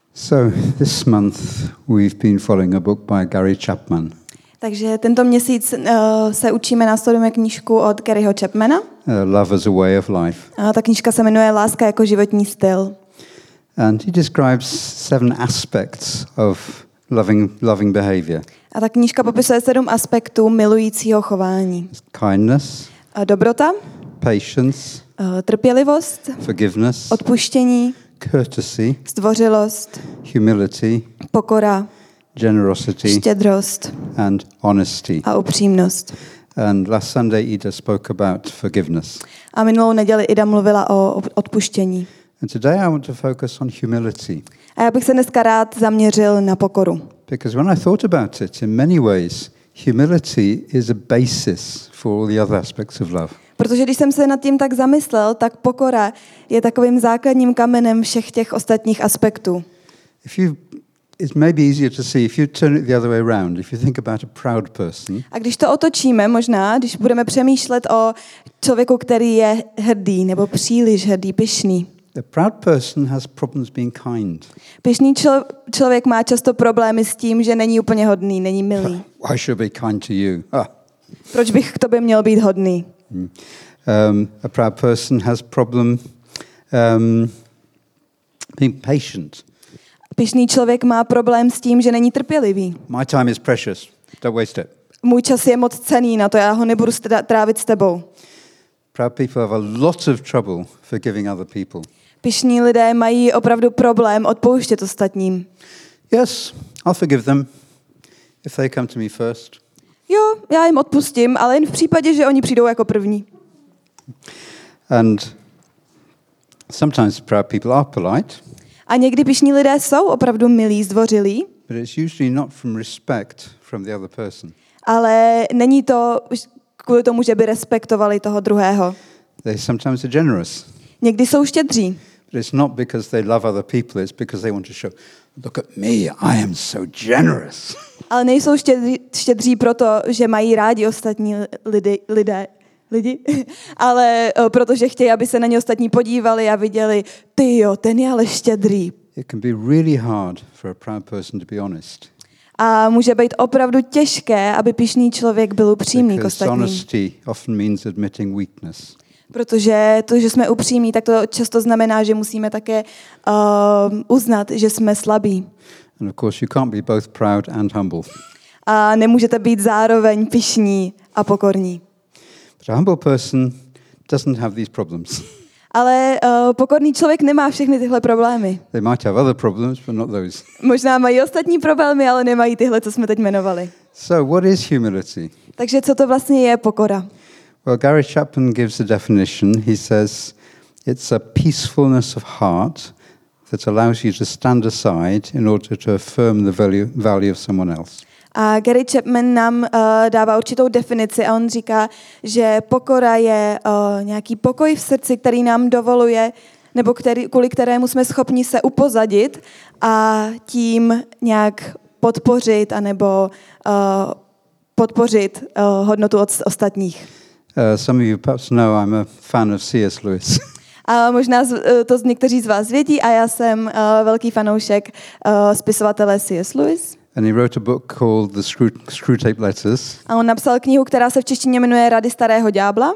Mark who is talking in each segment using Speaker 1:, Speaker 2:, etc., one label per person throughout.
Speaker 1: So this month we've been following a book by Gary Chapman.
Speaker 2: Takže tento měsíc se učíme, následujeme knížku od Garyho Chapmana.
Speaker 1: Love as a Way of Life.
Speaker 2: Ta knížka se jmenuje Láska jako životní styl.
Speaker 1: And he describes 7 aspects of loving behavior.
Speaker 2: A ta knížka popisuje 7 aspektů milujícího chování.
Speaker 1: Kindness,
Speaker 2: Dobrota,
Speaker 1: patience,
Speaker 2: trpělivost,
Speaker 1: forgiveness,
Speaker 2: odpuštění,
Speaker 1: courtesy,
Speaker 2: zdvořilost,
Speaker 1: humility,
Speaker 2: pokora,
Speaker 1: generosity,
Speaker 2: štědrost
Speaker 1: and honesty.
Speaker 2: a upřímnost.
Speaker 1: And last Sunday Ida spoke about forgiveness.
Speaker 2: A minulou neděli Ida mluvila o odpuštění.
Speaker 1: And today I want to focus on humility.
Speaker 2: A já bych se dneska rád zaměřil na pokoru.
Speaker 1: Because when I thought about it, in many ways, humility is a basis for all the other aspects of love.
Speaker 2: Protože když jsem se nad tím tak zamyslel, tak pokora je takovým základním kamenem všech těch ostatních aspektů.
Speaker 1: It may be easier to see if you turn it the other way around. If you think about a proud person,
Speaker 2: A když to otočíme, možná, když budeme přemýšlet o člověku, který je hrdý nebo příliš hrdý, pyšný.
Speaker 1: a proud person has problems being kind.
Speaker 2: Pyšný člověk má často problémy s tím, že není úplně hodný, není milý.
Speaker 1: Why should be kind to you?
Speaker 2: Proč bych k tobě měl být hodný?
Speaker 1: A proud person has problem being patient.
Speaker 2: Pyšný člověk má problém s tím, že není trpělivý.
Speaker 1: My time is precious. Don't waste it.
Speaker 2: Můj čas je moc cenný na to, já ho nebudu trávit s tebou.
Speaker 1: Proud people have a lot of trouble forgiving other people.
Speaker 2: Pyšní lidé mají opravdu problém odpouštět ostatním.
Speaker 1: Yes, I'll forgive them if they come to me first.
Speaker 2: Jo, já jim odpustím, ale jen v případě, že oni přijdou jako první.
Speaker 1: And sometimes proud people are polite.
Speaker 2: A někdy pyšní lidé jsou opravdu milí, zdvořilí,
Speaker 1: But it's usually not from respect from the other person.
Speaker 2: ale není to kvůli tomu, že by respektovali toho druhého.
Speaker 1: They sometimes are generous.
Speaker 2: Někdy jsou štědří,
Speaker 1: But it's not because they love other people, it's because they want to show, look at me, I am so generous.
Speaker 2: ale nejsou štědří proto, že mají rádi ostatní lidi, ale protože chtějí, aby se na ně ostatní podívali a viděli, ty jo, ten je ale štědrý.
Speaker 1: It can be really hard for a proud person to be honest.
Speaker 2: A může být opravdu těžké, aby pyšný člověk byl upřímný k
Speaker 1: Because
Speaker 2: ostatním.
Speaker 1: honesty often means admitting weakness.
Speaker 2: Protože to, že jsme upřímní, tak to často znamená, že musíme také uznat, že jsme slabí.
Speaker 1: And of course you can't be both proud and humble.
Speaker 2: A nemůžete být zároveň pyšní a pokorní.
Speaker 1: But a humble person doesn't have these problems.
Speaker 2: Ale pokorný člověk nemá všechny tyhle problémy.
Speaker 1: They might have other problems, but not those.
Speaker 2: Možná mají ostatní problémy, ale nemají tyhle, co jsme teď jmenovali.
Speaker 1: So what is humility?
Speaker 2: Takže co to vlastně je pokora?
Speaker 1: Well, Gary Chapman gives a definition. He says it's a peacefulness of heart that allows you to stand aside in order to affirm the value of someone else.
Speaker 2: A Gary Chapman nám dává určitou definici a on říká, že pokora je nějaký pokoj v srdci, který nám dovoluje, nebo kvůli kterému jsme schopni se upozadit a tím nějak podpořit anebo podpořit hodnotu od ostatních.
Speaker 1: Some of you perhaps know I'm a fan of C.S. Lewis.
Speaker 2: A možná to někteří z vás vědí a já jsem velký fanoušek spisovatele C.S. Lewis.
Speaker 1: And he wrote a book called The Screwtape Letters.
Speaker 2: A on napsal knihu, která se v češtině jmenuje Rady starého ďábla.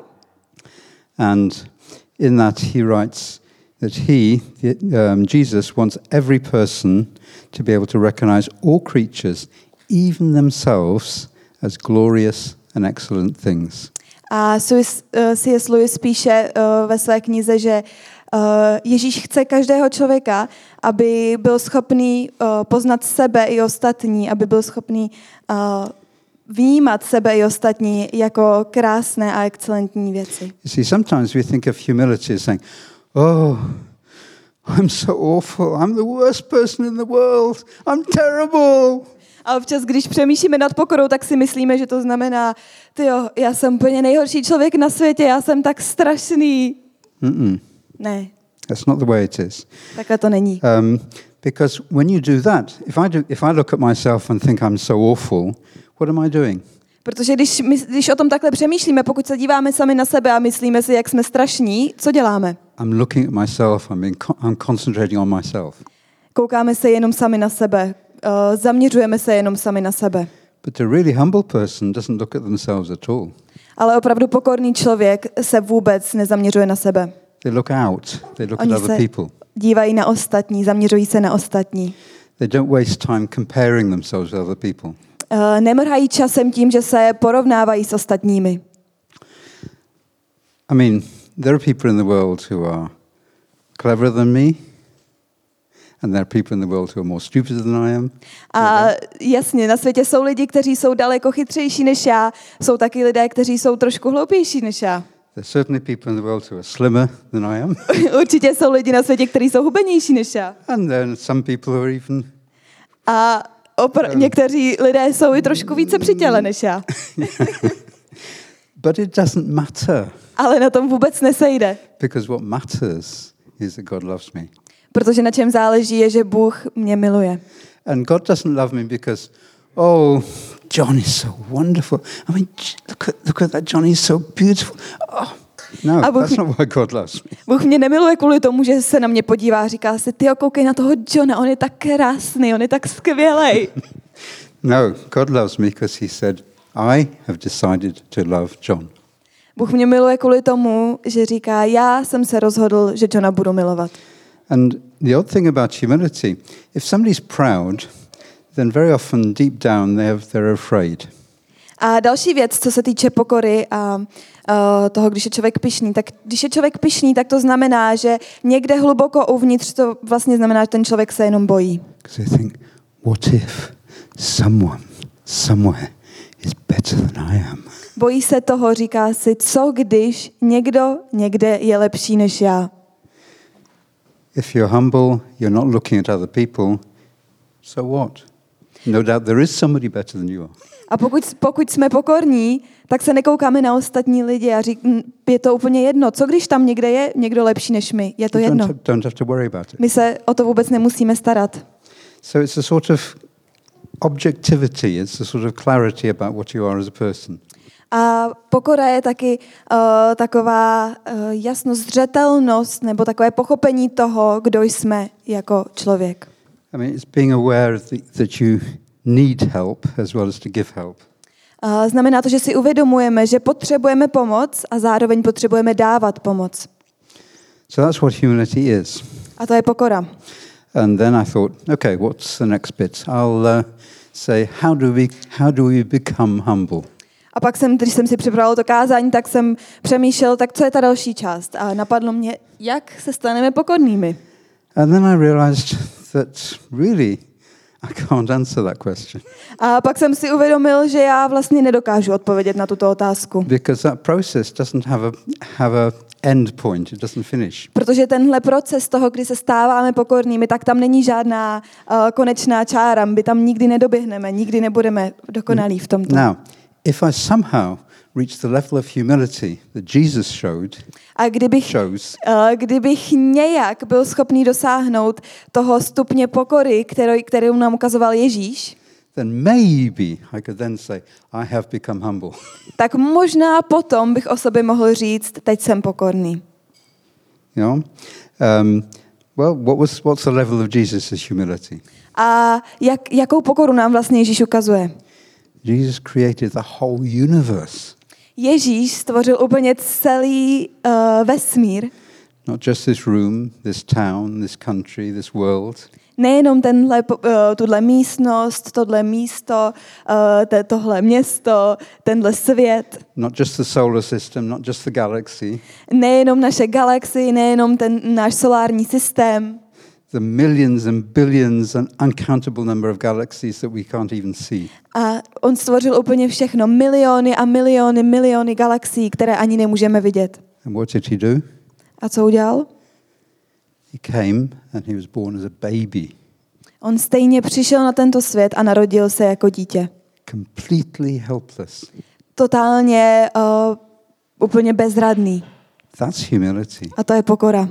Speaker 1: And in that he writes that Jesus wants every person to be able to recognize all creatures, even themselves, as glorious and excellent things.
Speaker 2: A C.S. Lewis píše ve své knize, že Ježíš chce každého člověka, aby byl schopný poznat sebe i ostatní, aby byl schopný vnímat sebe i ostatní jako krásné a excelentní věci.
Speaker 1: You see, sometimes we think of humility as saying, oh, I'm so awful, I'm the worst person in the world, I'm terrible.
Speaker 2: A občas, když přemýšlíme nad pokorou, tak si myslíme, že to znamená, tyjo, já jsem úplně nejhorší člověk na světě, já jsem tak strašný. Ne.
Speaker 1: That's not the way it is.
Speaker 2: Takhle to není.
Speaker 1: Because when you do that, if I look at myself and think I'm so awful, what am I doing?
Speaker 2: Protože když o tom takhle přemýšlíme, pokud se díváme sami na sebe a myslíme si, jak jsme strašní, co děláme?
Speaker 1: I'm looking at myself, I'm concentrating on myself.
Speaker 2: Koukáme se jenom sami na sebe. Zaměřujeme se jenom sami na sebe.
Speaker 1: But the really humble person doesn't look at themselves at all.
Speaker 2: Ale opravdu pokorný člověk se vůbec nezaměřuje na sebe.
Speaker 1: They look out. They look at
Speaker 2: Oni
Speaker 1: other
Speaker 2: se
Speaker 1: people.
Speaker 2: dívají na ostatní, zaměřují se na ostatní.
Speaker 1: They don't waste time comparing themselves with other people.
Speaker 2: Nemrhají časem tím, že se porovnávají s ostatními.
Speaker 1: I mean, there are people in the world who are cleverer than me, and there are people in the world who are more stupid than I am.
Speaker 2: A jasně, na světě jsou lidi, kteří jsou daleko chytřejší než já. Jsou taky lidé, kteří jsou trošku hloupější než já.
Speaker 1: There are certainly people in the world who are slimmer than I am.
Speaker 2: Určitě jsou lidi na světě, kteří jsou hubenější než já.
Speaker 1: And then some people who are even...
Speaker 2: A někteří lidé jsou i trošku více při těle než já.
Speaker 1: But it doesn't matter.
Speaker 2: Ale na tom vůbec nesejde.
Speaker 1: Because what matters is that God loves me.
Speaker 2: Protože na čem záleží je, že Bůh mě miluje.
Speaker 1: And God doesn't love me because, oh, John is so wonderful. I mean, look at that John, he's so beautiful. Oh, no, that's not why God loves me.
Speaker 2: Bůh mě nemiluje kvůli tomu, že se na mě podívá a říká si, tyjo, koukej na toho Johna, on je tak krásný, on je tak skvělej.
Speaker 1: No, God loves me because he said, I have decided to love John.
Speaker 2: Bůh mě miluje kvůli tomu, že říká, já jsem se rozhodl, že Johna budu milovat.
Speaker 1: And the odd thing about humility, if somebody's proud, then very often deep down they're afraid.
Speaker 2: A další věc, co se týče pokory a toho, když je člověk pyšný, tak když je člověk pyšný, tak to znamená, že někde hluboko uvnitř to vlastně znamená, že ten člověk se jenom bojí.
Speaker 1: Because they think, what if someone, somewhere is better than I am?
Speaker 2: Bojí se toho, říká si, co když někdo někde je lepší než já.
Speaker 1: If you're humble, you're not looking at other people, so what? No doubt there is somebody better than you are.
Speaker 2: A pokud jsme pokorní, tak se nekoukáme na ostatní lidi a je to úplně jedno. Co když tam někde je někdo lepší než my? Je to jedno.
Speaker 1: Don't have to worry about it.
Speaker 2: My se o to vůbec nemusíme starat.
Speaker 1: So it's a sort of objectivity, it's a sort of clarity about what you are as a person.
Speaker 2: A pokora je taky taková jasnost, zřetelnost nebo takové pochopení toho, kdo jsme jako člověk.
Speaker 1: I mean, it's being aware that you need help as well as to give help.
Speaker 2: Znamená to, že si uvědomujeme, že potřebujeme pomoc a zároveň potřebujeme dávat pomoc.
Speaker 1: So that's what humility is.
Speaker 2: A to je pokora.
Speaker 1: And then I thought, okay, what's the next bit? I'll say, how do we become humble?
Speaker 2: A pak když jsem si připravil to kázání, tak jsem přemýšlel, tak co je ta další část. A napadlo mě, jak se staneme pokornými.
Speaker 1: And then I realized that really I can't answer that question.
Speaker 2: A pak jsem si uvědomil, že já vlastně nedokážu odpovědět na tuto otázku.
Speaker 1: Because that process doesn't have a end point, it doesn't finish.
Speaker 2: Protože tenhle proces toho, kdy se stáváme pokornými, tak tam není žádná konečná čára, my tam nikdy nedoběhneme, nikdy nebudeme dokonalí v tomto.
Speaker 1: Now, if I somehow reach the level of humility that Jesus showed,
Speaker 2: a kdybych nějak byl schopný dosáhnout toho stupně pokory, kterou nám ukazoval Ježíš,
Speaker 1: then maybe I could then say, I have become humble.
Speaker 2: Tak možná potom bych o sobě mohl říct, teď jsem pokorný.
Speaker 1: You know? Well, what's the level of Jesus' humility?
Speaker 2: A jakou pokoru nám vlastně Ježíš ukazuje?
Speaker 1: Jesus created the whole universe.
Speaker 2: Ježíš stvořil úplně celý vesmír.
Speaker 1: Not just this room, this town, this country, this world.
Speaker 2: Nejenom tuhle místnost, tohle místo, tohle město, tenhle svět.
Speaker 1: Not just the solar system, not just the galaxy.
Speaker 2: Nejenom naše galaxie, nejenom ten náš solární systém.
Speaker 1: The millions and billions and uncountable number of galaxies that we can't even see.
Speaker 2: A on stvořil úplně všechno, miliony a miliony galaxií, které ani nemůžeme vidět.
Speaker 1: And what did he do?
Speaker 2: A co udělal?
Speaker 1: He came and he was born as a baby.
Speaker 2: On stejně přišel na tento svět a narodil se jako dítě.
Speaker 1: Completely helpless.
Speaker 2: Totálně úplně bezradný.
Speaker 1: That's humility.
Speaker 2: A to je pokora.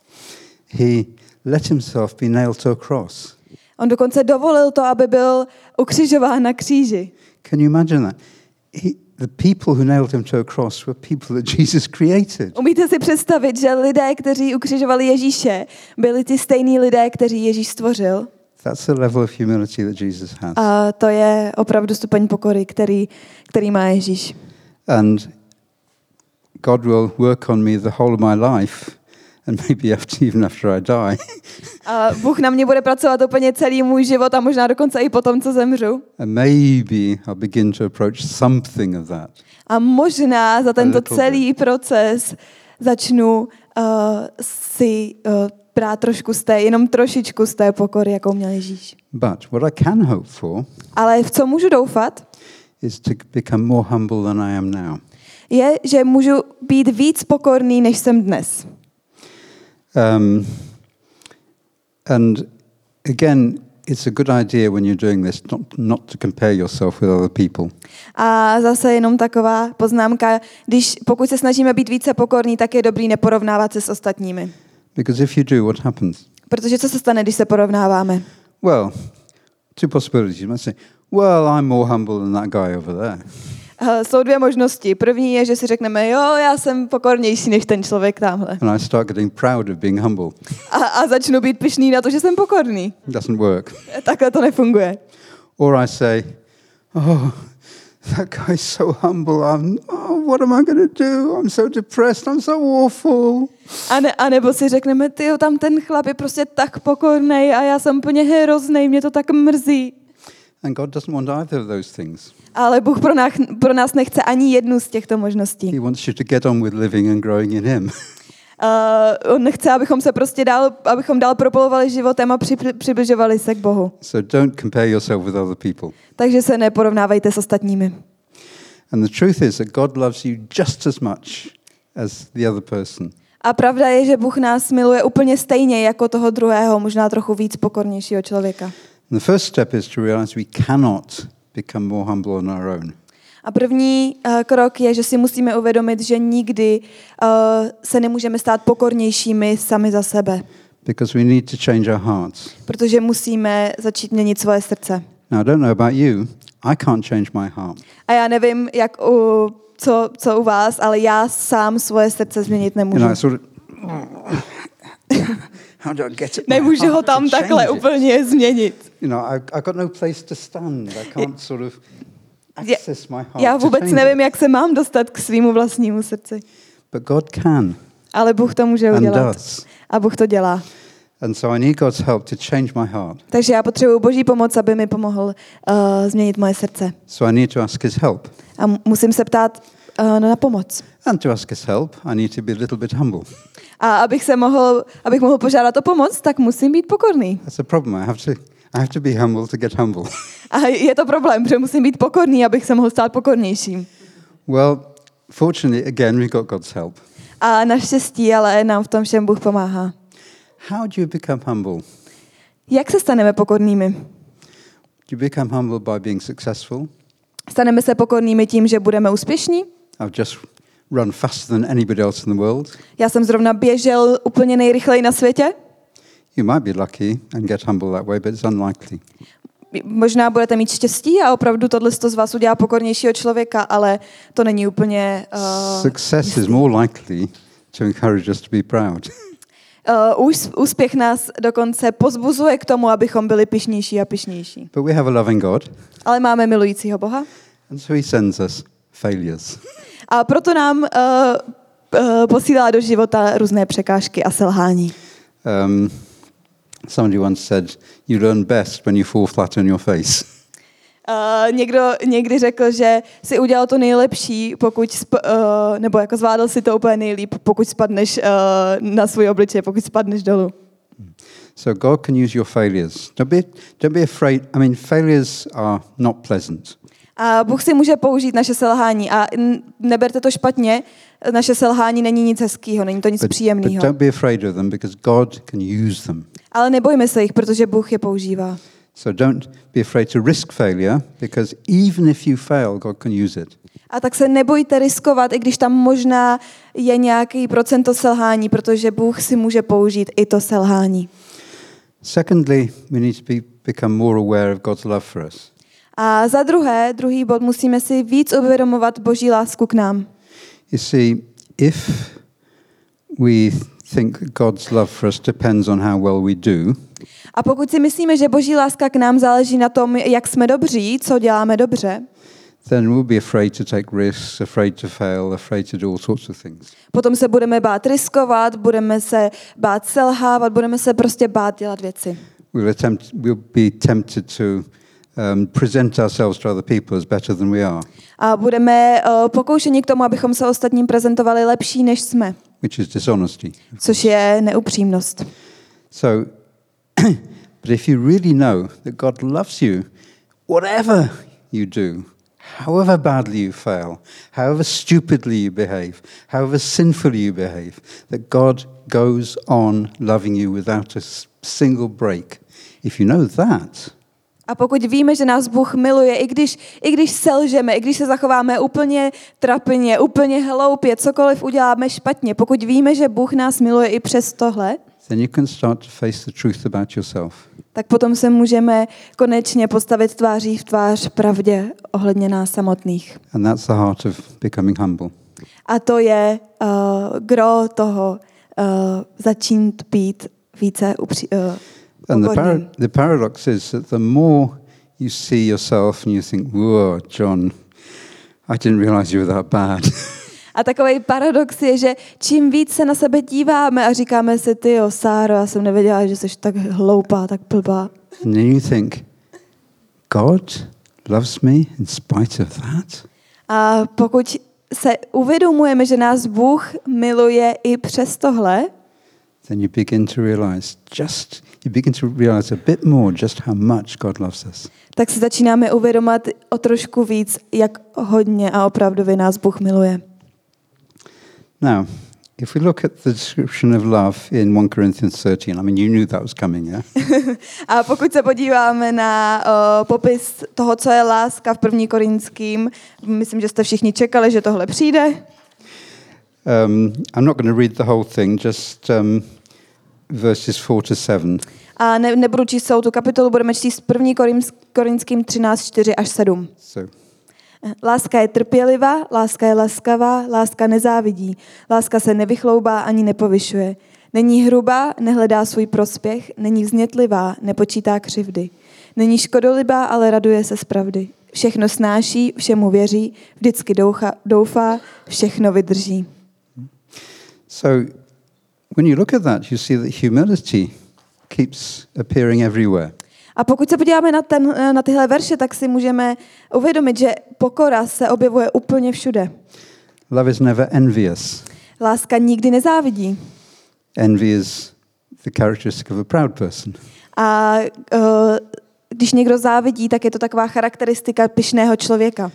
Speaker 1: He let himself be nailed to a cross.
Speaker 2: On dokonce dovolil to, aby byl ukřižován na kříži.
Speaker 1: Can you imagine that? the people who nailed him to a cross were people that Jesus created.
Speaker 2: Umíte si představit, že lidé, kteří ukřižovali Ježíše, byli ty stejní lidé, kteří Ježíš stvořil?
Speaker 1: That's the level of humility that Jesus has.
Speaker 2: A to je opravdu stupeň pokory, který má Ježíš.
Speaker 1: And God will work on me the whole of my life, and maybe even after I die.
Speaker 2: A Bůh na mě bude pracovat úplně celý můj život a možná dokonce i potom, co zemřu.
Speaker 1: And maybe I'll begin to approach something of that.
Speaker 2: A možná za tento
Speaker 1: little
Speaker 2: celý proces začnu si brát jenom trošičku z té pokory, jakou měl Ježíš.
Speaker 1: But what I can hope for
Speaker 2: Ale v co můžu doufat,
Speaker 1: is to become more humble than I am now.
Speaker 2: je, že můžu být víc pokorný, než jsem dnes.
Speaker 1: And again, it's a good idea when you're doing this not to compare yourself with other people.
Speaker 2: A zase jenom taková poznámka, pokud se snažíme být více pokorní, tak je dobrý neporovnávat se s ostatními.
Speaker 1: Because if you do, what happens?
Speaker 2: Protože co se stane, když se porovnáváme?
Speaker 1: Well, two possibilities. You might say, well, I'm more humble than that guy over there.
Speaker 2: Jsou dvě možnosti. První je, že si řekneme, jo, já jsem pokornější než ten člověk tamhle.
Speaker 1: And I start getting proud of being humble.
Speaker 2: A začnu být pyšný na to, že jsem pokorný.
Speaker 1: It doesn't work.
Speaker 2: Takhle to nefunguje.
Speaker 1: Or I say, oh, that guy's so humble. What am I going to do? I'm so depressed. I'm so awful.
Speaker 2: A nebo si řekneme, tyjo, tam ten chlap je prostě tak pokornej a já jsem úplně hroznej, mě to tak mrzí.
Speaker 1: And God doesn't want either of those things.
Speaker 2: Ale Bůh pro nás nechce ani jednu z těchto možností.
Speaker 1: He wants you to get on with living and growing in Him.
Speaker 2: On nechce, abychom se prostě dál propolovali životem a přibližovali se k Bohu.
Speaker 1: So don't compare yourself with other people.
Speaker 2: Takže se neporovnávejte s ostatními.
Speaker 1: And the truth is that God loves you just as much as the other person.
Speaker 2: A pravda je, že Bůh nás miluje úplně stejně jako toho druhého, možná trochu víc pokornějšího člověka.
Speaker 1: And the first step is to realize we cannot become more humble on our own.
Speaker 2: A první krok je, že si musíme uvědomit, že nikdy se nemůžeme stát pokornějšími sami za sebe.
Speaker 1: Because we need to change our hearts.
Speaker 2: Protože musíme začít měnit svoje srdce.
Speaker 1: Now, I don't know about you. I can't change my heart.
Speaker 2: A já nevím, co u vás, ale já sám svoje srdce změnit nemůžu.
Speaker 1: How do I get it?
Speaker 2: Nemůžu ho tam takhle úplně změnit.
Speaker 1: I've got no place to stand. I can't sort of access my heart.
Speaker 2: Já vůbec nevím, jak se mám dostat k svému vlastnímu srdci.
Speaker 1: But God can.
Speaker 2: Ale Bůh to může udělat.
Speaker 1: And does.
Speaker 2: A Bůh to dělá.
Speaker 1: And so I need God's help to change my heart.
Speaker 2: Takže já potřebuji Boží pomoc, aby mi pomohl změnit moje srdce.
Speaker 1: So I need to ask His help.
Speaker 2: A musím se ptát na pomoc.
Speaker 1: And to ask His help, I need to be a little bit humble.
Speaker 2: A abych mohl požádat o pomoc, tak musím být pokorný.
Speaker 1: That's a problem. I have to be humble to get humble.
Speaker 2: A je to problém, protože musím být pokorný, abych se mohl stát pokornějším.
Speaker 1: Well, fortunately, again, we've got God's help.
Speaker 2: A naštěstí, ale nám v tom všem Bůh pomáhá.
Speaker 1: How do you become humble?
Speaker 2: Jak se staneme pokornými?
Speaker 1: Do you become humble by being successful?
Speaker 2: Staneme se pokornými tím, že budeme úspěšní?
Speaker 1: I've just run faster than anybody else in the world.
Speaker 2: Já jsem zrovna běžel úplně nejrychleji na světě?
Speaker 1: You might be lucky and get humble that way, but it's unlikely.
Speaker 2: Možná budete mít štěstí a opravdu tohle z vás udělá pokornějšího člověka, ale to není úplně
Speaker 1: Success is more likely to encourage us to be proud.
Speaker 2: Úspěch nás dokonce pozbuzuje k tomu, abychom byli pyšnější a pyšnější.
Speaker 1: But we have a loving God.
Speaker 2: Ale máme milujícího Boha.
Speaker 1: And so He sends us failures.
Speaker 2: A proto nám posílá do života různé překážky a selhání.
Speaker 1: Somebody once said, you learn best when you fall flat on your face.
Speaker 2: Někdo někdy řekl, že si udělal to nejlepší, nebo jako zvládl si to úplně nejlíp, pokud spadneš na svůj obličej, pokud spadneš dolů.
Speaker 1: So God can use your failures. Don't be afraid. I mean, failures are not pleasant.
Speaker 2: A Bůh si může použít naše selhání a neberte to špatně, naše selhání není nic hezkýho, není to nic příjemného.
Speaker 1: But don't be afraid of them because God can use them.
Speaker 2: Ale nebojme se jich, protože Bůh je používá.
Speaker 1: So don't be afraid to risk failure because even if you fail, God can use it.
Speaker 2: A tak se nebojte riskovat, i když tam možná je nějaký procento selhání, protože Bůh si může použít i to selhání.
Speaker 1: Secondly, we need to become more aware of God's love for us.
Speaker 2: A za druhé, druhý bod, musíme si víc uvědomovat Boží lásku k nám.
Speaker 1: You see, if we think God's love for us depends on how well we do,
Speaker 2: A pokud si myslíme, že Boží láska k nám záleží na tom, jak jsme dobří, co děláme dobře,
Speaker 1: then we'll be afraid to take risks, afraid to fail, afraid to do all sorts of things.
Speaker 2: potom se budeme bát riskovat, budeme se bát selhávat, budeme se prostě bát dělat věci.
Speaker 1: We'll be tempted to present ourselves to other people as better than we are,
Speaker 2: A budeme pokoušeni k tomu, abychom se ostatním prezentovali lepší, než jsme,
Speaker 1: which is dishonesty.
Speaker 2: což je neupřímnost.
Speaker 1: So, but if you really know that God loves you, whatever you do, however badly you fail, however stupidly you behave, however sinfully you behave, that God goes on loving you without a single break. If you know that,
Speaker 2: A pokud víme, že nás Bůh miluje, i když selžeme, i když se zachováme úplně trapně, úplně hloupě, cokoliv uděláme špatně, pokud víme, že Bůh nás miluje i přes tohle,
Speaker 1: then you can start to face the truth about yourself.
Speaker 2: tak potom se můžeme konečně postavit tváří v tvář pravdě ohledně nás samotných.
Speaker 1: And that's the heart of becoming humble.
Speaker 2: A to je gro toho začít být více
Speaker 1: And
Speaker 2: pokorným.
Speaker 1: the paradox is that the more you see yourself and you think, whoa, John, I didn't realize you were that bad.
Speaker 2: A takový paradox je, že čím víc se na sebe díváme a říkáme si, tyjo, Sáro, já jsem nevěděla, že jsi tak hloupá, tak blbá.
Speaker 1: And then you think, God loves me in spite of that?
Speaker 2: A pokud se uvědomujeme, že nás Bůh miluje i přes tohle,
Speaker 1: Then you begin to realize a bit more just how much God loves us.
Speaker 2: tak si začínáme uvědomovat o trošku víc, jak hodně a opravdově nás Bůh miluje.
Speaker 1: Now, if we look at the description of love in 1 Corinthians 13, I mean, you knew that was coming, yeah?
Speaker 2: A pokud se podíváme na popis toho, co je láska v 1. Korinským, myslím, že jste všichni čekali, že tohle přijde.
Speaker 1: I'm not going to read the whole thing, just verses 4 to 7.
Speaker 2: A nebudu číst celou tu kapitolu, budeme číst 1. Korinským 13, 4 až 7.
Speaker 1: So,
Speaker 2: Láska je trpělivá, láska je laskavá, láska nezávidí, láska se nevychloubá ani nepovyšuje. Není hrubá, nehledá svůj prospěch, není vznětlivá, nepočítá křivdy. Není škodolibá, ale raduje se z pravdy. Všechno snáší, všemu věří, vždycky doufá, všechno vydrží.
Speaker 1: so when you look at that, you see that humility keeps appearing everywhere.
Speaker 2: A pokud se podíváme na tyhle verše, tak si můžeme uvědomit, že pokora se objevuje úplně všude.
Speaker 1: Love is never envious.
Speaker 2: Láska nikdy nezávidí.
Speaker 1: Envy is the characteristic of a proud person.
Speaker 2: A když někdo závidí, tak je to taková charakteristika pyšného člověka.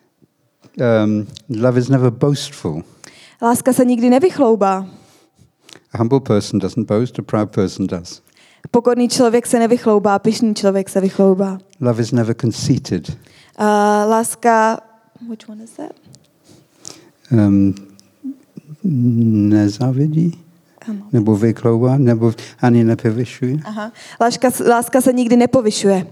Speaker 1: Love is never boastful.
Speaker 2: Láska se nikdy nevychloubá.
Speaker 1: A humble person doesn't boast, a proud person does.
Speaker 2: Pokorný člověk se nevychloubá, pyšný člověk se vychloubá.
Speaker 1: Love is never conceited.
Speaker 2: Láska, which one is that?
Speaker 1: Nezávidí?
Speaker 2: Ano.
Speaker 1: Nebo vykloubá? Nebo ani nepovyšuje?
Speaker 2: Aha. Láska se nikdy nepovyšuje.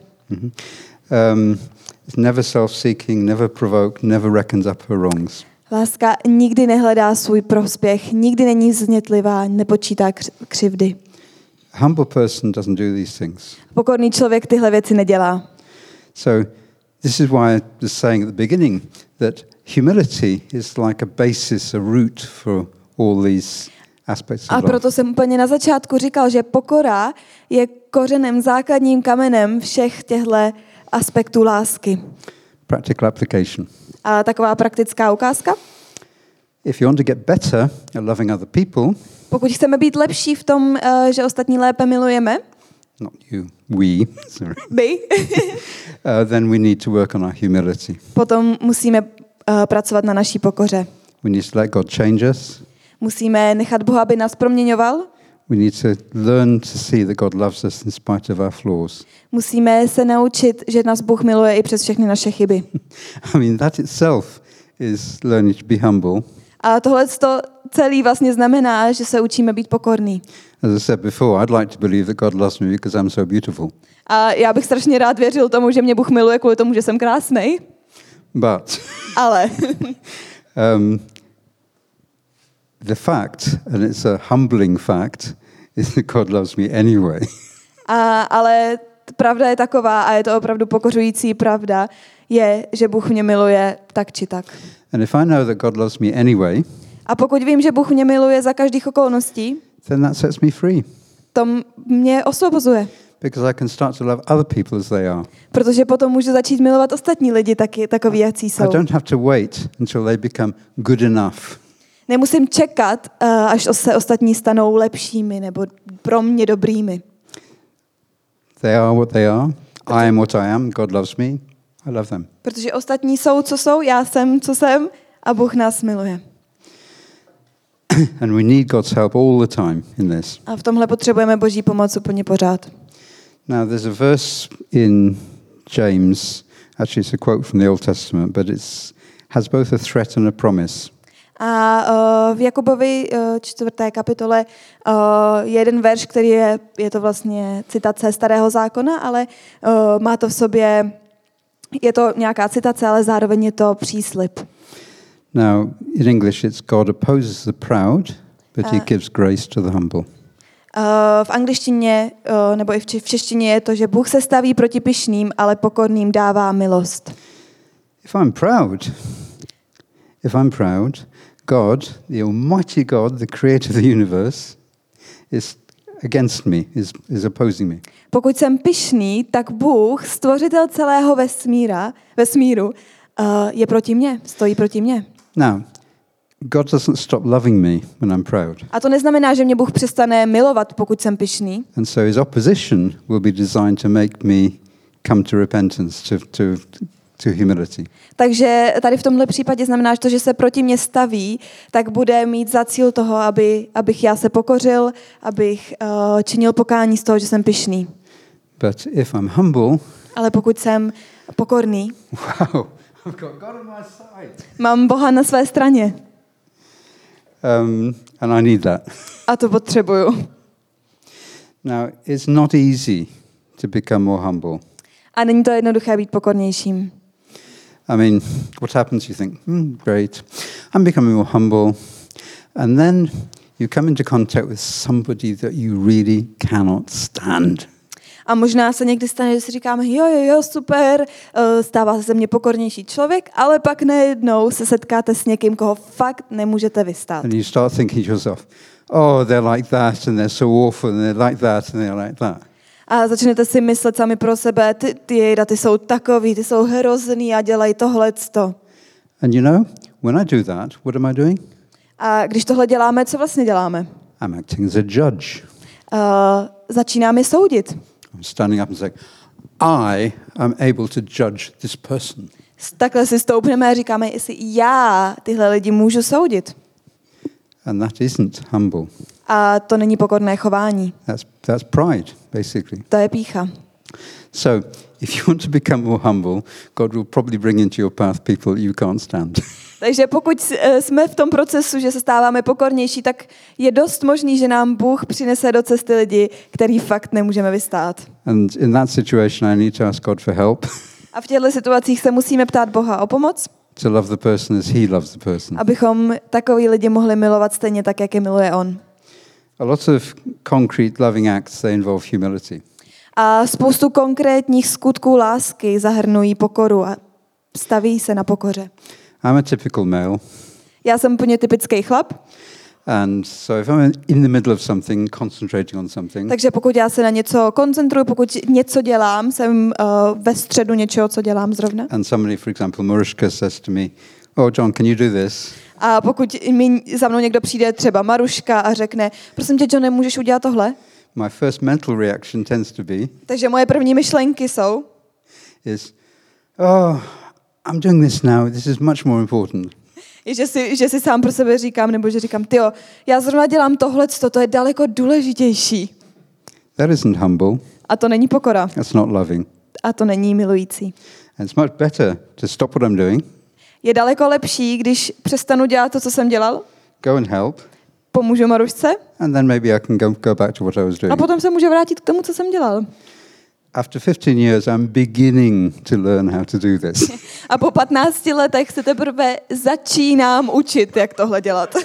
Speaker 1: It's never self-seeking, never provoked, never reckons up her wrongs.
Speaker 2: Láska nikdy nehledá svůj prospěch, nikdy není vznětlivá, nepočítá křivdy.
Speaker 1: A humble person doesn't do these things.
Speaker 2: Pokorný člověk tyhle věci nedělá.
Speaker 1: So this is why I was saying at the beginning that humility is like a basis, a root for all these aspects
Speaker 2: A
Speaker 1: of
Speaker 2: proto
Speaker 1: love.
Speaker 2: jsem úplně na začátku říkal, že pokora je kořenem, základním kamenem všech těchto aspektů lásky.
Speaker 1: Practical application.
Speaker 2: A taková praktická ukázka.
Speaker 1: If you want to get better at loving other people,
Speaker 2: Pokud chceme být lepší v tom, že ostatní lépe milujeme,
Speaker 1: not you, we, sorry, then we need to work on our humility.
Speaker 2: potom musíme pracovat na naší pokoře.
Speaker 1: We need to let God change us.
Speaker 2: Musíme nechat Boha, aby nás proměňoval.
Speaker 1: We need to learn to see that God loves us in spite of our flaws.
Speaker 2: Musíme se naučit, že nás Bůh miluje i přes všechny naše chyby.
Speaker 1: I mean, that itself is learning to be humble.
Speaker 2: A tohle celý vlastně znamená, že se učíme být pokorný.
Speaker 1: As I said before, I'd like to believe that God loves me because I'm so beautiful.
Speaker 2: A já bych strašně rád věřil tomu, že mě Bůh miluje kvůli tomu, že jsem krásnej.
Speaker 1: But
Speaker 2: Ale
Speaker 1: the fact, and it's a humbling fact, is that God loves me anyway.
Speaker 2: Ale pravda je taková, a je to opravdu pokořující pravda, je, že Bůh mě miluje tak či tak.
Speaker 1: And if I know that God loves me anyway,
Speaker 2: A pokud vím, že Bůh mě miluje za každých okolností,
Speaker 1: then that sets me free.
Speaker 2: to mě osvobozuje.
Speaker 1: Because I can start to love other people as they are.
Speaker 2: Protože potom můžu začít milovat ostatní lidi takový, jací
Speaker 1: I
Speaker 2: jsou.
Speaker 1: don't have to wait until they become good enough.
Speaker 2: Nemusím čekat, až se ostatní stanou lepšími nebo pro mě dobrými.
Speaker 1: They are what they are. I am what I am. God loves me. I love them.
Speaker 2: Protože ostatní jsou, co jsou, já jsem, co jsem a Bůh nás miluje.
Speaker 1: And we need God's help all the time in this.
Speaker 2: A v tomhle potřebujeme Boží pomoc úplně pořád.
Speaker 1: Now, there's a verse in James, actually it's a quote from the Old Testament, but it has both a threat and a promise.
Speaker 2: A v Jakubovi 4. kapitole je jeden verš, který je to vlastně citace Starého zákona, ale má to v sobě, je to nějaká citace, ale zároveň je to příslib.
Speaker 1: Now, in English it's God opposes the proud, but he gives grace to the humble.
Speaker 2: V angličtině nebo i v češtině je to, že Bůh se staví proti pyšným, ale pokorným dává milost.
Speaker 1: If I'm proud, God, the Almighty God, the creator of the universe, is against me, is opposing me.
Speaker 2: Pokud jsem pyšný, tak Bůh, stvořitel celého vesmíru, je proti mně, stojí proti mně.
Speaker 1: Now, God doesn't stop loving me when I'm proud.
Speaker 2: A to neznamená, že mě Bůh přestane milovat, pokud jsem pyšný.
Speaker 1: And so his opposition will be designed to make me come to repentance, to humility.
Speaker 2: Takže tady v tomhle případě znamená, že to, že se proti mě staví, tak bude mít za cíl toho, abych já se pokořil, abych činil pokání z toho, že jsem pyšný.
Speaker 1: But if I'm humble,
Speaker 2: Ale pokud jsem pokorný,
Speaker 1: wow, I've got God on my side.
Speaker 2: mám Boha na své straně.
Speaker 1: And I need that.
Speaker 2: A to potřebuju.
Speaker 1: Now, it's not easy to become more humble.
Speaker 2: A není to jednoduché být pokornějším.
Speaker 1: I mean, what happens? You think, great, I'm becoming more humble. And then you come into contact with somebody that you really cannot stand.
Speaker 2: A možná se někdy stane, že si říkáme, jo, super, stává se ze mě pokornější člověk, ale pak najednou se setkáte s někým, koho fakt nemůžete vystát.
Speaker 1: And you start thinking to yourself, oh, they're like that, and they're so awful, and they're like that, and they're like that.
Speaker 2: A začnete si myslet sami pro sebe, ty jsou takový, ty jsou hrozný a dělají tohleto.
Speaker 1: And you know, when I do that, what am I doing?
Speaker 2: A když tohle děláme, co vlastně děláme?
Speaker 1: I'm acting as a judge.
Speaker 2: Začínáme soudit.
Speaker 1: I'm standing up and saying, I am able to judge this person.
Speaker 2: Takhle si stoupneme a říkáme, jestli já tyhle lidi můžu soudit.
Speaker 1: And that isn't humble.
Speaker 2: A to není pokorné chování.
Speaker 1: That's pride, basically.
Speaker 2: To je pýcha.
Speaker 1: So, if you want to become more humble, God will probably bring into your path people you can't stand.
Speaker 2: Takže pokud jsme v tom procesu, že se stáváme pokornější, tak je dost možný, že nám Bůh přinese do cesty lidi, který fakt nemůžeme vystát.
Speaker 1: And in that situation, I need to ask God for help.
Speaker 2: A v těchto situacích se musíme ptát Boha o pomoc,
Speaker 1: To love the person as he loves the person.
Speaker 2: abychom takový lidi mohli milovat stejně tak, jak je miluje on.
Speaker 1: A lot of concrete loving acts, they involve humility.
Speaker 2: A spoustu konkrétních skutků lásky zahrnují pokoru a staví se na pokoře.
Speaker 1: I'm a typical male.
Speaker 2: Já jsem úplně typický chlap,
Speaker 1: And so if I'm in the middle of something, concentrating on something,
Speaker 2: takže pokud já se na něco koncentruji, pokud něco dělám, jsem ve středu něčeho, co dělám zrovna.
Speaker 1: and somebody, for example, Mariška says to me, oh, John, can you do this?
Speaker 2: A pokud za mnou někdo přijde, třeba Maruška, a řekne, prosím tě, John, můžeš udělat tohle?
Speaker 1: My first mental reaction tends to be,
Speaker 2: Takže moje první myšlenky jsou,
Speaker 1: oh, I'm doing this now. This is much more important.
Speaker 2: že si sám pro sebe říkám, nebo že říkám, tyjo, já zrovna dělám tohleto, to je daleko důležitější.
Speaker 1: That isn't humble.
Speaker 2: A to není pokora.
Speaker 1: That's not loving.
Speaker 2: A to není milující.
Speaker 1: And it's much better to stop what I'm doing,
Speaker 2: Je daleko lepší, když přestanu dělat to, co jsem dělal,
Speaker 1: go and help,
Speaker 2: pomůžu Marušce
Speaker 1: and then maybe I can go back to what I was
Speaker 2: a
Speaker 1: doing.
Speaker 2: potom se můžu vrátit k tomu, co jsem dělal.
Speaker 1: After 15 years, I'm beginning to learn how to do this.
Speaker 2: A po 15 letech se teprve začínám učit, jak tohle dělat.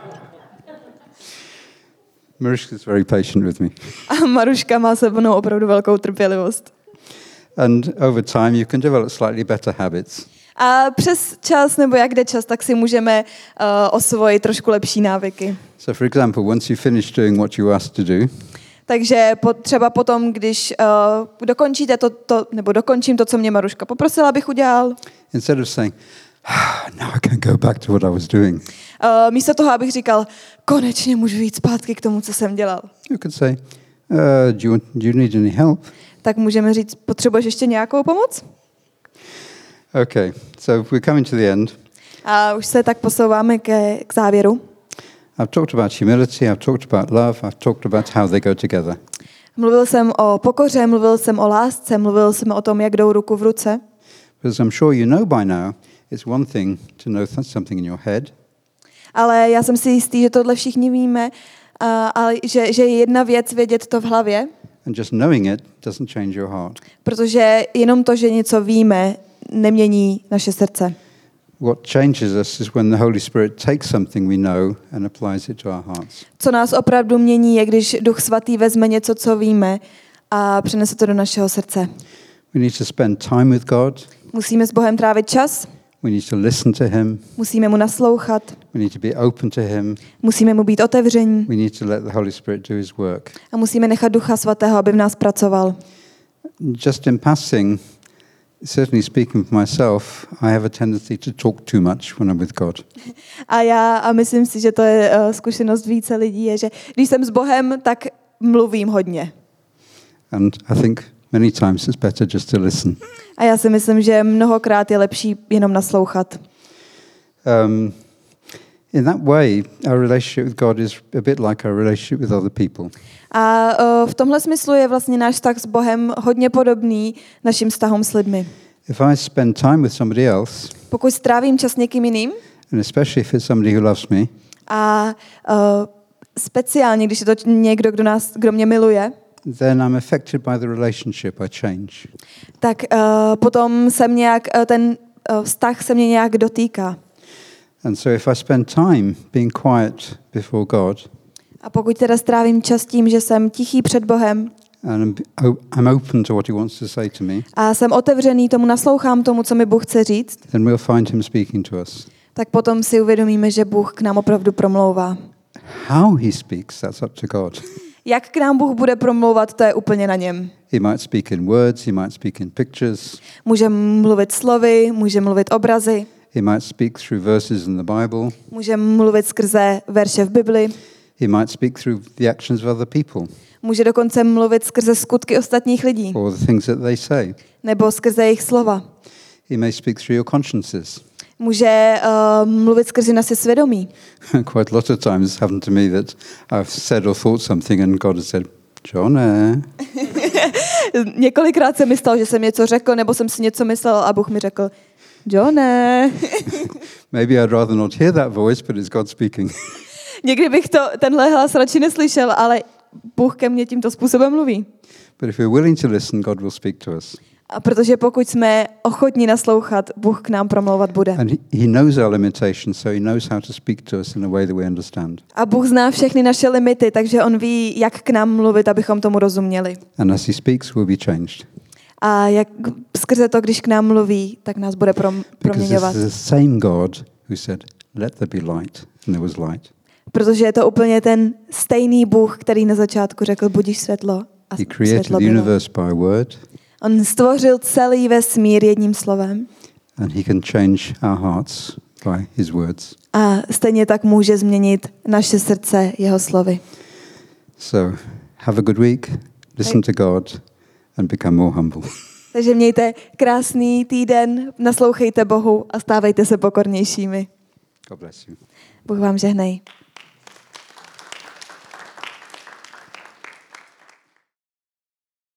Speaker 1: Mariska is very patient with me.
Speaker 2: A Maruška má se mnou opravdu velkou trpělivost.
Speaker 1: And over time, you can develop slightly better habits.
Speaker 2: A přes čas, nebo jak jde čas, tak si můžeme osvojit trošku lepší návyky.
Speaker 1: So, for example, once you finish doing what you were asked to do,
Speaker 2: Takže třeba potom, když dokončíte nebo dokončím to, co mě Maruška poprosila, abych udělal,
Speaker 1: instead of saying, now I can go back to what I was doing,
Speaker 2: místo toho, abych říkal, konečně můžu jít zpátky k tomu, co jsem dělal,
Speaker 1: you could say, do you need any help?
Speaker 2: tak můžeme říct, potřebuješ ještě nějakou pomoc?
Speaker 1: Okay, so we're coming to the end.
Speaker 2: A už se tak posouváme k závěru.
Speaker 1: I've talked about humility, I've talked about love, I've talked about how they go together.
Speaker 2: Mluvil jsem o pokoře, mluvil jsem o lásce, mluvil jsem o tom, jak jdou ruku v ruce.
Speaker 1: Because I'm sure you know by now, it's one thing to know something in your head,
Speaker 2: Ale já jsem si jistý, že tohle všichni víme, ale že je jedna věc vědět to v hlavě,
Speaker 1: and just knowing it doesn't change your heart.
Speaker 2: protože jenom to, že něco víme, nemění naše srdce.
Speaker 1: What changes us is when the Holy Spirit takes something we know and applies it to our hearts.
Speaker 2: Co nás opravdu mění, je, když Duch Svatý vezme něco, co víme, a přenese to do našeho srdce.
Speaker 1: We need to spend time with God.
Speaker 2: Musíme s Bohem trávit čas,
Speaker 1: We need to listen to Him.
Speaker 2: musíme mu naslouchat,
Speaker 1: We need to be open to Him.
Speaker 2: musíme mu být otevření
Speaker 1: We need to let the Holy Spirit do His work.
Speaker 2: a musíme nechat Ducha Svatého, aby v nás pracoval.
Speaker 1: Just in passing, certainly speaking for myself, I have a tendency to talk too much when I'm with God.
Speaker 2: A myslím si, že to je zkušenost více lidí, je, že když jsem s Bohem, tak mluvím hodně.
Speaker 1: And I think many times it's better just to listen.
Speaker 2: A já si myslím, že mnohokrát je lepší jenom naslouchat.
Speaker 1: In that way, our relationship with God is a bit like our relationship with other people.
Speaker 2: A v tomhle smyslu je vlastně náš vztah s Bohem hodně podobný našim vztahům s lidmi.
Speaker 1: If I spend time with somebody else,
Speaker 2: Pokud strávím čas s někým jiným,
Speaker 1: and especially if it's somebody who loves me,
Speaker 2: a speciálně, když je to někdo, kdo mě miluje,
Speaker 1: then I'm affected by the relationship. I change.
Speaker 2: tak potom ten vztah se mě nějak dotýká.
Speaker 1: And so if I spend time being quiet before God,
Speaker 2: A pokud teda strávím čas tím, že jsem tichý před Bohem
Speaker 1: and I'm open to what He wants to say to me,
Speaker 2: a jsem otevřený tomu, naslouchám tomu, co mi Bůh chce říct,
Speaker 1: then we'll find Him speaking to us.
Speaker 2: tak potom si uvědomíme, že Bůh k nám opravdu promlouvá.
Speaker 1: How He speaks, that's up to God.
Speaker 2: Jak k nám Bůh bude promlouvat, to je úplně na něm.
Speaker 1: He might speak in words, He might speak in pictures,
Speaker 2: Může mluvit slovy, může mluvit obrazy,
Speaker 1: He might speak through verses in the Bible,
Speaker 2: může mluvit skrze verše v Bibli,
Speaker 1: He might speak through the actions of other people,
Speaker 2: může dokonce mluvit skrze skutky ostatních lidí,
Speaker 1: or the things that they say.
Speaker 2: nebo skrze jejich slova.
Speaker 1: He may speak through your consciences.
Speaker 2: Může mluvit skrze naše svědomí.
Speaker 1: Quite a lot of times it's happened to me that I've said or thought something and God has said, John,
Speaker 2: Několikrát se mi stalo, že jsem něco řekl, nebo jsem si něco myslel a Bůh mi řekl, Johne.
Speaker 1: maybe I'd rather not hear that voice, but it's God speaking.
Speaker 2: Někdy bych tenhle hlas radši neslyšel, ale Bůh ke mně tímto způsobem mluví.
Speaker 1: But if we're willing to listen, God will speak to us.
Speaker 2: A protože pokud jsme ochotní naslouchat, Bůh k nám promlouvat bude.
Speaker 1: And he knows our limitations, so He knows how to speak to us in a way that we understand.
Speaker 2: A Bůh zná všechny naše limity, takže on ví, jak k nám mluvit, abychom tomu rozuměli.
Speaker 1: And as He speaks, we'll be changed.
Speaker 2: A jak skrze to, když k nám mluví, tak nás bude
Speaker 1: Because
Speaker 2: proměňovat.
Speaker 1: this is the same God who said, let there be light, and there was light.
Speaker 2: Protože je to úplně ten stejný Bůh, který na začátku řekl, budíš světlo. A
Speaker 1: He created
Speaker 2: světlo
Speaker 1: the
Speaker 2: bylo.
Speaker 1: universe by a word,
Speaker 2: On stvořil celý vesmír jedním slovem.
Speaker 1: and He can change our hearts by His words.
Speaker 2: A stejně tak může změnit naše srdce jeho slovy.
Speaker 1: So have a good week, listen to God, and become more humble.
Speaker 2: Takže mějte krásný týden, naslouchejte Bohu a stávejte se pokornějšími.
Speaker 1: God bless you.
Speaker 2: Bůh vám žehnej.